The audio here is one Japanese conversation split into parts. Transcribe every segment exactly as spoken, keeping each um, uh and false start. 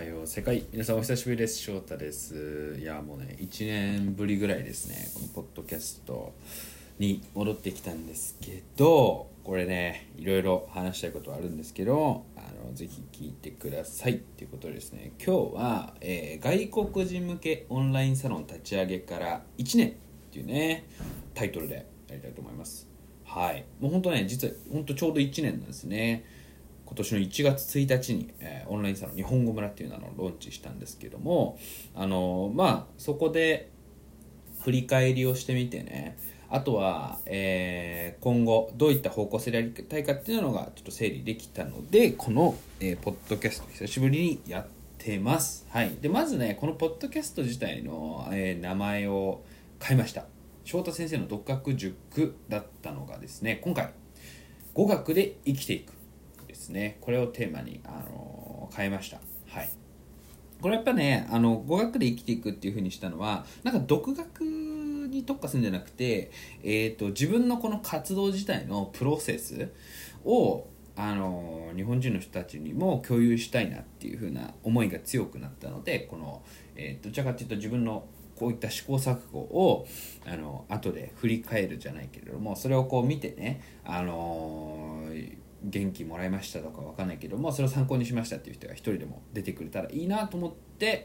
はよう世界、皆さんお久しぶりです。翔太です。いやもうねいちねんぶりぐらいですね、このポッドキャストに戻ってきたんですけど、これねいろいろ話したいことはあるんですけど、あのぜひ聞いてくださいということでですね、今日は、えー、外国人向けオンラインサロン立ち上げからいちねんっていうねタイトルでやりたいと思います。はい、もう本当ね実は本当ちょうどいちねんなんですね。今年のいちがつついたちに、えー、オンラインサロン日本語村っていうのをローンチしたんですけども、あのー、まあそこで振り返りをしてみてね、あとは、えー、今後どういった方向性でやりたいかっていうのがちょっと整理できたので、この、えー、ポッドキャスト久しぶりにやってます。はい、でまずねこのポッドキャスト自体の、えー、名前を変えました。翔太先生の独学塾だったのがですね、今回語学で生きていくですね、これをテーマに、あのー、変えました。はい、これやっぱね、あの語学で生きていくっていう風にしたのは、なんか独学に特化するんじゃなくて、えーと、自分のこの活動自体のプロセスを、あのー、日本人の人たちにも共有したいなっていう風な思いが強くなったので、この、えー、どちらかというと自分のこういった試行錯誤をあの後で振り返るじゃないけれども、それをこう見てね、あのー元気もらいましたとかわかんないけども、それを参考にしましたっていう人が一人でも出てくれたらいいなと思って、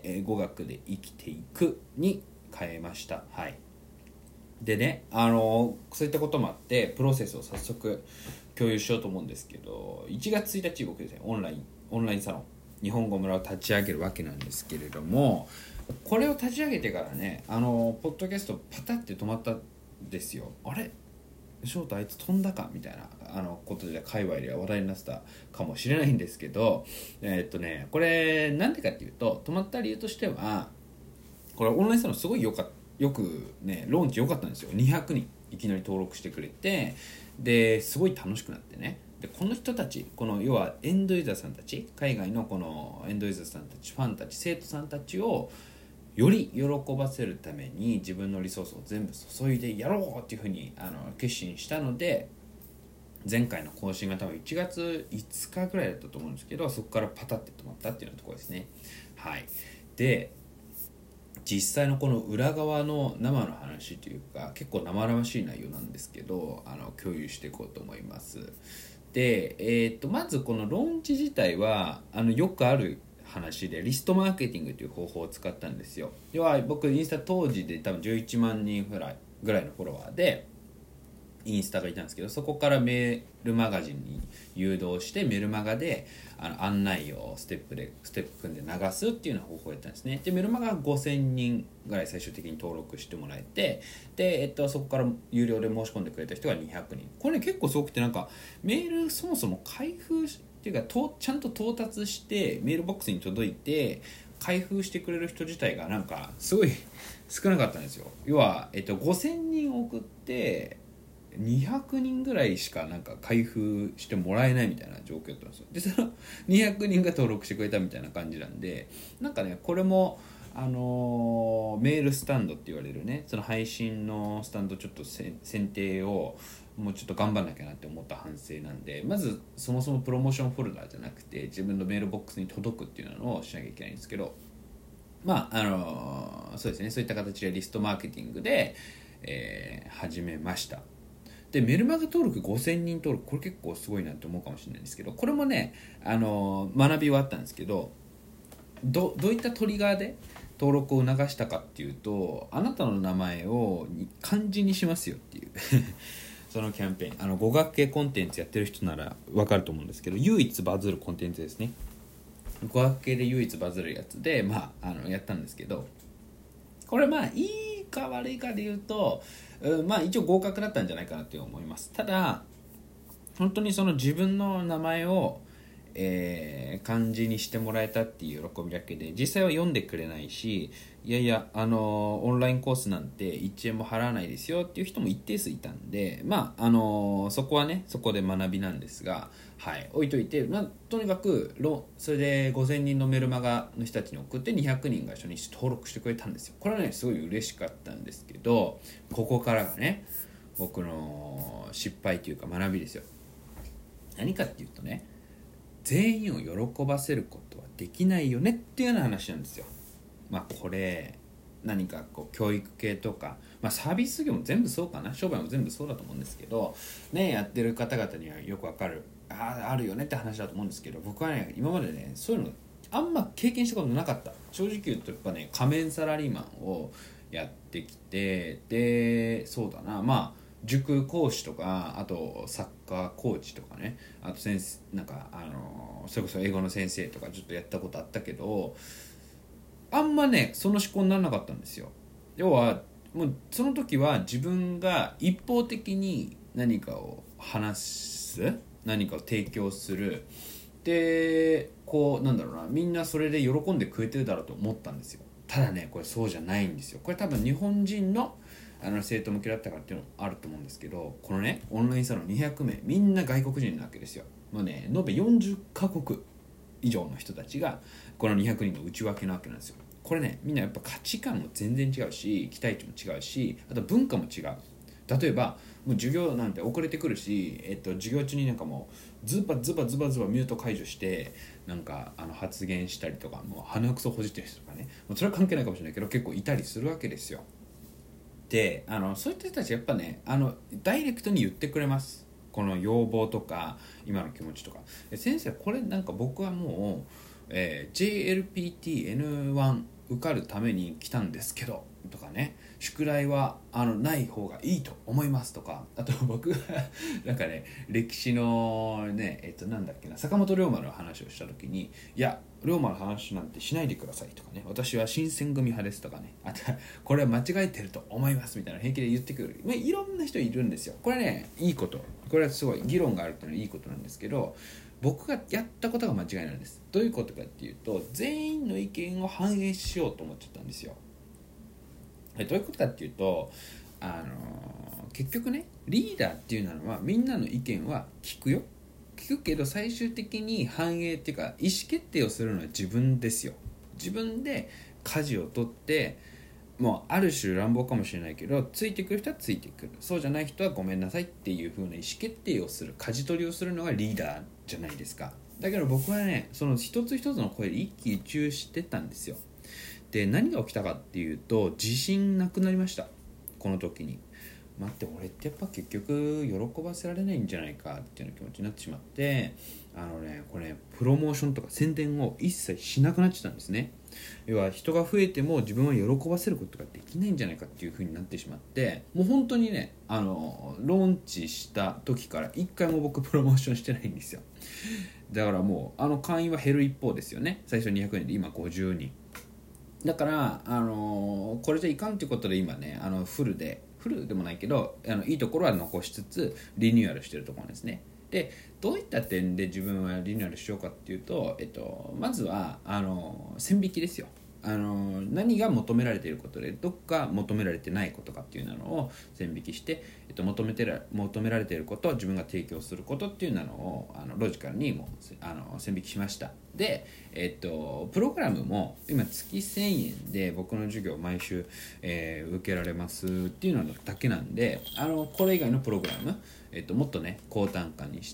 えー、語学で生きていくに変えました。はい。でね、あのー、そういったこともあってプロセスを早速共有しようと思うんですけど、いちがつついたち僕ですね、オンラインオンラインサロン日本語村を立ち上げるわけなんですけれども、これを立ち上げてからね、あのー、ポッドキャストパタって止まったんですよ。あれ翔太あいつ飛んだかみたいなあのことで界隈では話題になってたかもしれないんですけど、えー、っとねこれなんでかっていうと、止まった理由としては、これオンラインサロンすごいよかよくねローンチ良かったんですよ。にひゃくにんいきなり登録してくれて、ですごい楽しくなってね、でこの人たち、この要はエンドユーザーさんたち、海外のこのエンドユーザーさんたち、ファンたち、生徒さんたちをより喜ばせるために自分のリソースを全部注いでやろうっていうふうにあの決心したので、前回の更新が多分いちがついつかぐらいだったと思うんですけど、そこからパタって止まったっていうようなところですね。はい。で実際のこの裏側の生の話というか、結構生々しい内容なんですけど、あの共有していこうと思います。で、えー、とまずこのローンチ自体はあのよくある話で、リストマーケティングという方法を使ったんですよ。要は僕インスタ当時で多分じゅういちまんにんぐらいぐらいのフォロワーでインスタがいたんですけど、そこからメールマガジンに誘導してメルマガであの案内をステップでステップ組んで流すっていうような方法をやったんですね。でメルマガがごせんにんぐらい最終的に登録してもらえて、で、えっと、そこから有料で申し込んでくれた人がにひゃくにん。これ、ね、結構すごくて、なんかメールそもそも開封っていうかとちゃんと到達してメールボックスに届いて開封してくれる人自体がなんかすごい少なかったんですよ。要は、えっと、ごせんにん送ってにひゃくにんぐらいしかなんか開封してもらえないみたいな状況だったんですよ。でそのにひゃくにんが登録してくれたみたいな感じなんで、なんかねこれもあのー、メールスタンドって言われるね、その配信のスタンドちょっと選定をもうちょっと頑張んなきゃなって思った反省なんで、まずそもそもプロモーションフォルダーじゃなくて自分のメールボックスに届くっていうのをしなきゃいけないんですけど、まああのー、そうですね、そういった形でリストマーケティングで、えー、始めました。でメルマガ登録ごせんにん登録、これ結構すごいなって思うかもしれないんですけど、これもね、あのー、学びはあったんですけど、ど, どういったトリガーで登録を促したかっていうと、あなたの名前を漢字にしますよっていうそのキャンペーン、あの語学系コンテンツやってる人なら分かると思うんですけど、唯一バズるコンテンツですね。語学系で唯一バズるやつで、まあ、あのやったんですけど、これまあいいか悪いかで言うと、うん、まあ一応合格だったんじゃないかなって思います。ただ本当にその自分の名前を、えー、漢字にしてもらえたっていう喜びだけで、実際は読んでくれないし、いやいや、あのー、オンラインコースなんていちえんも払わないですよっていう人も一定数いたんで、まああのー、そこはねそこで学びなんですが、はい、置いといて、まあ、とにかくそれでごせんにんのメルマガの人たちに送ってにひゃくにんが初日登録してくれたんですよ。これはねすごい嬉しかったんですけど、ここからがね僕の失敗というか学びですよ。何かっていうとね、全員を喜ばせることはできないよねっていうような話なんですよ。まあこれ何かこう教育系とか、まあ、サービス業も全部そうかな、商売も全部そうだと思うんですけどね、やってる方々にはよくわかる、あああるよねって話だと思うんですけど、僕はね今までねそういうのあんま経験したことなかった。正直言うとやっぱね仮面サラリーマンをやってきて、でそうだな、まあ塾講師とか、あとサッカーコーチとかね、あと先生なんかあのそれこそ英語の先生とかちょっとやったことあったけど、あんまねその思考にならなかったんですよ。要はもうその時は自分が一方的に何かを話す、何かを提供する、でこうなんだろうな、みんなそれで喜んでくれてるだろうと思ったんですよ。ただねこれそうじゃないんですよ。これ多分日本人のあの生徒向けだったからっていうのもあると思うんですけど、このねオンラインサロンにひゃくめいみんな外国人なわけですよ。もうね延べよんじゅっカ国以上の人たちがこのにひゃくにんの内訳なわけなんですよ。これねみんなやっぱ価値観も全然違うし、期待値も違うし、あと文化も違う。例えばもう授業なんて遅れてくるし、えっと、授業中になんかもうズバズバズバズバミュート解除してなんかあの発言したりとか、もう鼻くそほじってる人とかね、もうそれは関係ないかもしれないけど結構いたりするわけですよ。であのそういった人たちやっぱねあのダイレクトに言ってくれます、この要望とか今の気持ちとか。先生これなんか僕はもう、えー、ジェイエルピーティーエヌワン 受かるために来たんですけどとかね、宿題はあのない方がいいと思いますとか、あと僕がなんかね歴史のねえっとなんだっけな、坂本龍馬の話をした時に、いや龍馬の話なんてしないでくださいとかね、私は新選組派ですとかね、あとこれは間違えてると思いますみたいな平気で言ってくる、まあ、いろんな人いるんですよ。これねいいこと、これはすごい議論があるっていうのはいいことなんですけど、僕がやったことが間違いなんです。どういうことかっていうと、全員の意見を反映しようと思っちゃったんですよ。どういうことかっていうと、あのー、結局ねリーダーっていうのはみんなの意見は聞くよ、聞くけど最終的に反映っていうか意思決定をするのは自分ですよ。自分で舵を取って、もうある種乱暴かもしれないけどついてくる人はついてくる、そうじゃない人はごめんなさいっていう風な意思決定をする、舵取りをするのがリーダーじゃないですか。だけど僕はねその一つ一つの声で一喜一憂してたんですよ。で何が起きたかっていうと、自信なくなりました。この時に待って、俺ってやっぱ結局喜ばせられないんじゃないかっていうような気持ちになってしまって、あのねこれねプロモーションとか宣伝を一切しなくなっちゃったんですね。要は人が増えても自分は喜ばせることができないんじゃないかっていう風になってしまって、もう本当にねあのローンチした時から一回も僕プロモーションしてないんですよ。だからもうあの会員は減る一方ですよね。最初にひゃくにんで今ごじゅうにんだから、あのー、これじゃいかんということで今ねあのフルでフルでもないけどあのいいところは残しつつリニューアルしてるところですね。でどういった点で自分はリニューアルしようかっていうと、えっと、まずはあの線引きですよ。あの何が求められていることでどっか求められてないことかっていうのを線引きして、えっと、求めてら求められていること自分が提供することっていうのをあのロジカルにもあの線引きしました。で、えっと、プログラムも今月せんえんで僕の授業を毎週、えー、受けられますっていうのだけなんで、あのこれ以外のプログラム、えっと、もっとね高単価にして、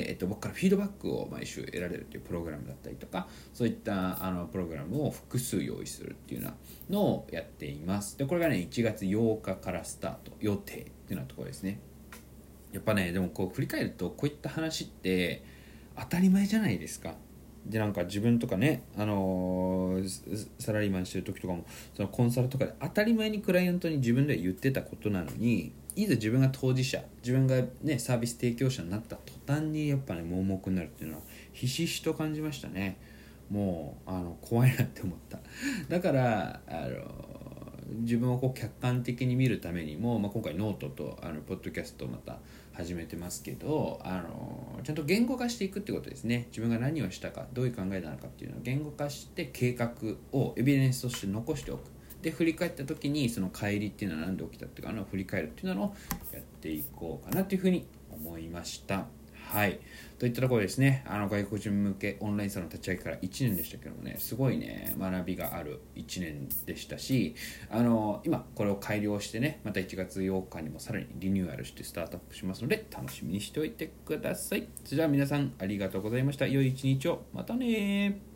えっと、僕からフィードバックを毎週得られるっていうプログラムだったりとか、そういったあのプログラムを複数用意するっていうようなのをやっています。でこれがねいちがつようかからスタート予定っていうようなところですね。やっぱねでもこう振り返るとこういった話って当たり前じゃないですか。でなんか自分とかね、あのー、サラリーマンしてる時とかもそのコンサルとかで当たり前にクライアントに自分で言ってたことなのに、いざ自分が当事者自分がねサービス提供者になった途端にやっぱね盲目になるっていうのはひしひしと感じましたね。もうあの怖いなって思った。だからあの自分をこう客観的に見るためにも、まあ、今回ノートとあのポッドキャストをまた始めてますけど、あのちゃんと言語化していくってことですね。自分が何をしたかどういう考えなのかっていうのを言語化して計画をエビデンスとして残しておく。で振り返った時にその乖離っていうのは何で起きたっていうのを振り返るっていうのをやっていこうかなというふうに思いました。はい、といったところですね。あの外国人向けオンラインサロン立ち上げからいちねんでしたけどもね、すごいね学びがあるいちねんでしたし、あの今これを改良してね、またいちがつようかにもさらにリニューアルしてスタートアップしますので楽しみにしておいてください。それでは皆さんありがとうございました。良い一日を。またね。